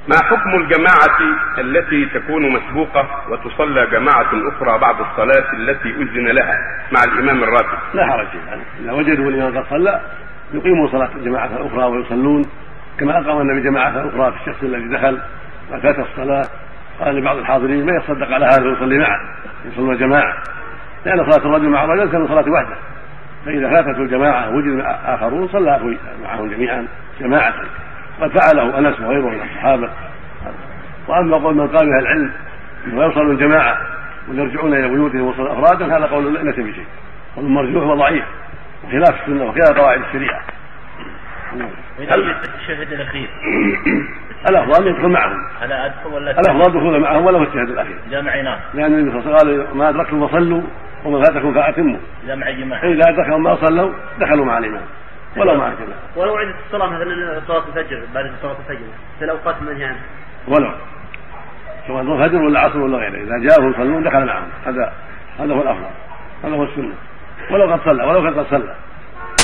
ما حكم الجماعة التي تكون مسبوقة وتصلى جماعة أخرى بعد الصلاة التي أذن لها مع الإمام الراتب؟ لا حرج يعني، إذا وجدوا الإمام قد صلى يقيموا صلاة جماعة أخرى ويصلون كما أقام النبي جماعة أخرى في الشخص الذي دخل وفات الصلاة. قال لبعض الحاضرين ما يصدق على هذا ويصلي معه، يصلون جماعة، لأن صلاة الرجل مع الرجل كان صلاة وحده، فإذا فاتته الجماعة وجد آخرون صلى معهم جميعا جماعة، قد فعله أنس وغيره من الصحابة. وأما قول من قال بها العلم ويوصل الجماعة ويرجعون إلى بيوتهم وصلوا أفرادا هذا قول ليس بشيء، قول مرجوح وضعيف وخلاف السنة وخلاف قواعد الشريعة. الشهد الأخير الأفضل يدخل معهم، الأفضل دخول معهم ولو الشهد الأخير، لأن النبي صلى الله عليه وسلم قال ما أدركتم فصلوا وما فاتكم فأتموا، إذا أدركهم ما صلوا دخلوا مع الإمام ولو مع الجماعة. ولو عدت الصلاة مثلا صلاة الفجر بعد صلاة الفجر في الأوقات المنهي عنها، ولو سواء ظهر فجر ولا عصر ولا غيره، إذا جاءوا يصلون دخل معهم، هذا هو الأفضل، هذا هو السنة، ولو قد صلى